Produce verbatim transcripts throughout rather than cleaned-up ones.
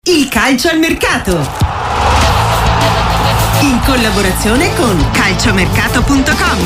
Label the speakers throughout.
Speaker 1: Il calcio al mercato, in collaborazione con calciomercato punto com.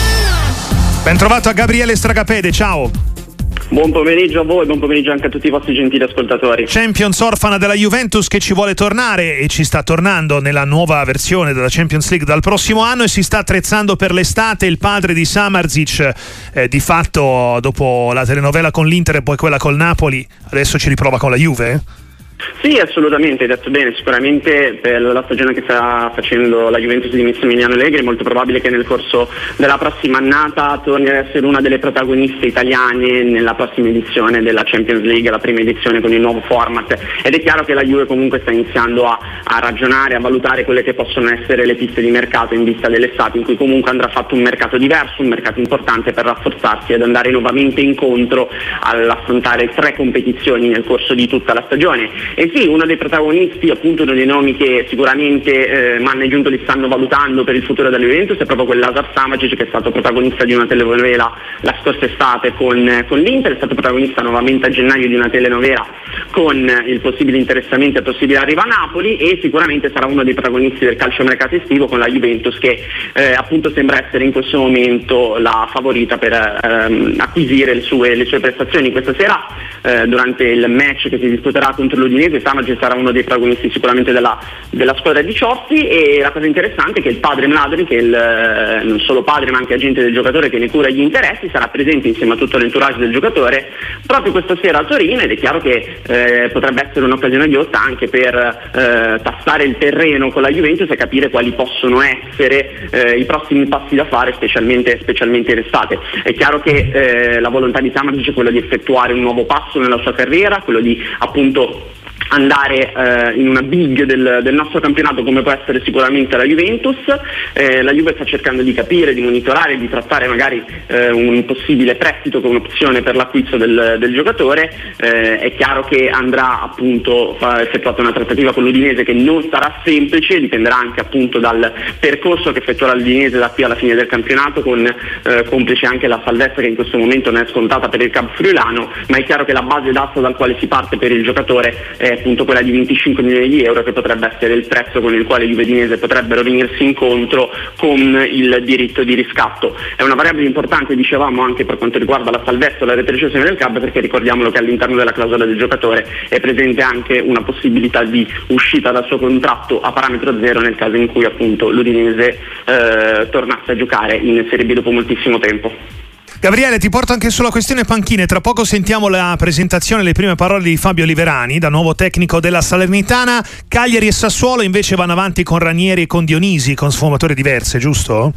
Speaker 2: Ben trovato a Gabriele Stragapede, ciao.
Speaker 3: Buon pomeriggio a voi, buon pomeriggio anche a tutti i vostri gentili ascoltatori.
Speaker 2: Champions orfana della Juventus che ci vuole tornare e ci sta tornando nella nuova versione della Champions League dal prossimo anno e si sta attrezzando per l'estate. Il padre di Samardžić, eh, di fatto dopo la telenovela con l'Inter e poi quella col Napoli, adesso ci riprova con la Juve? Eh?
Speaker 3: Sì, assolutamente, hai detto bene. Sicuramente per la stagione che sta facendo la Juventus di Massimiliano Allegri è molto probabile che nel corso della prossima annata torni ad essere una delle protagoniste italiane nella prossima edizione della Champions League, la prima edizione con il nuovo format, ed è chiaro che la Juve comunque sta iniziando a, a ragionare, a valutare quelle che possono essere le piste di mercato in vista dell'estate, in cui comunque andrà fatto un mercato diverso, un mercato importante per rafforzarsi ed andare nuovamente incontro all'affrontare tre competizioni nel corso di tutta la stagione. E sì, uno dei protagonisti, appunto uno dei nomi che sicuramente eh, Manna e Giunto li stanno valutando per il futuro della Juventus è proprio quel Lazar Samardžić, che è stato protagonista di una telenovela la scorsa estate con, con l'Inter, è stato protagonista nuovamente a gennaio di una telenovela con il possibile interessamento e il possibile arrivo a Napoli, e sicuramente sarà uno dei protagonisti del calciomercato estivo con la Juventus, che eh, appunto sembra essere in questo momento la favorita per ehm, acquisire le sue, le sue prestazioni. Questa sera eh, durante il match che si disputerà contro l'Udinese Samardžić sarà uno dei protagonisti sicuramente della, della squadra di Ciotti, e la cosa interessante è che il padre Mladenovic, che è il, non solo padre ma anche agente del giocatore che ne cura gli interessi, sarà presente insieme a tutto l'entourage del giocatore proprio questa sera a Torino, ed è chiaro che eh, potrebbe essere un'occasione ghiotta anche per eh, tastare il terreno con la Juventus e capire quali possono essere eh, i prossimi passi da fare, specialmente, specialmente in estate. È chiaro che eh, la volontà di Samardžić è quella di effettuare un nuovo passo nella sua carriera, quello di appunto andare eh, in una big del, del nostro campionato, come può essere sicuramente la Juventus. Eh, la Juve sta cercando di capire, di monitorare, di trattare magari eh, un possibile prestito come opzione per l'acquisto del, del giocatore. Eh, è chiaro che andrà appunto effettuata una trattativa con l'Udinese che non sarà semplice, dipenderà anche appunto dal percorso che effettuerà l'Udinese da qui alla fine del campionato, con eh, complice anche la salvezza che in questo momento non è scontata per il Club Friulano, ma è chiaro che la base d'asta dal quale si parte per il giocatore è appunto quella di venticinque milioni di euro, che potrebbe essere il prezzo con il quale gli udinese potrebbero venirsi incontro con il diritto di riscatto. È una variabile importante, dicevamo, anche per quanto riguarda la salvezza o la retrocessione del club, perché ricordiamolo che all'interno della clausola del giocatore è presente anche una possibilità di uscita dal suo contratto a parametro zero nel caso in cui appunto l'Udinese eh, tornasse a giocare in Serie B dopo moltissimo tempo.
Speaker 2: Gabriele, ti porto anche sulla questione panchine. Tra poco sentiamo la presentazione, le prime parole di Fabio Liverani, da nuovo tecnico della Salernitana. Cagliari e Sassuolo invece vanno avanti con Ranieri e con Dionisi, con sfumature diverse, giusto?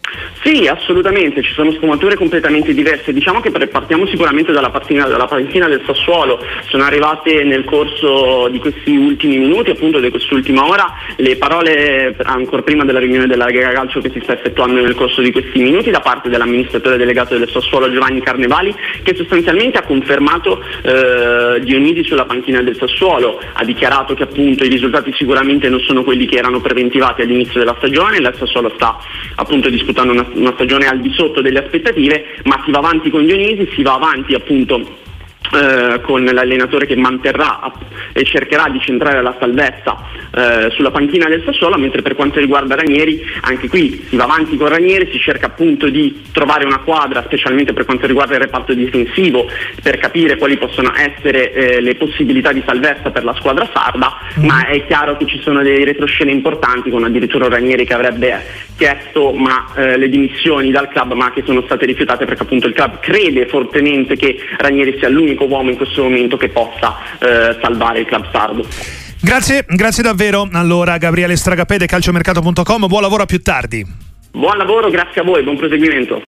Speaker 3: Sì, assolutamente, ci sono sfumature completamente diverse. Diciamo che partiamo sicuramente dalla panchina, dalla panchina del Sassuolo. Sono arrivate nel corso di questi ultimi minuti, appunto di quest'ultima ora, le parole ancora prima della riunione della Lega Calcio che si sta effettuando nel corso di questi minuti da parte dell'amministratore delegato del Sassuolo Giovanni Carnevali, che sostanzialmente ha confermato eh, Dionisi sulla panchina del Sassuolo. Ha dichiarato che appunto i risultati sicuramente non sono quelli che erano preventivati all'inizio della stagione. Il Sassuolo sta appunto disputando una, una stagione al di sotto delle aspettative, ma si va avanti con Dionisi, si va avanti appunto eh, con l'allenatore che manterrà e cercherà di centrare la salvezza eh, sulla panchina del Sassuolo, mentre per quanto riguarda Ranieri, anche qui si va avanti con Ranieri, si cerca appunto di trovare una quadra, specialmente per quanto riguarda il reparto difensivo, per capire quali possono essere eh, le possibilità di salvezza per la squadra sarda, mm. ma è chiaro che ci sono dei retroscene importanti, con addirittura Ranieri che avrebbe chiesto ma eh, le dimissioni dal club, ma che sono state rifiutate perché appunto il club crede fortemente che Ranieri sia l'unico uomo in questo momento che possa eh, salvare il club sardo.
Speaker 2: Grazie, grazie davvero. Allora, Gabriele Stragapede, calciomercato punto com, buon lavoro, a più tardi.
Speaker 3: Buon lavoro, grazie a voi, buon proseguimento.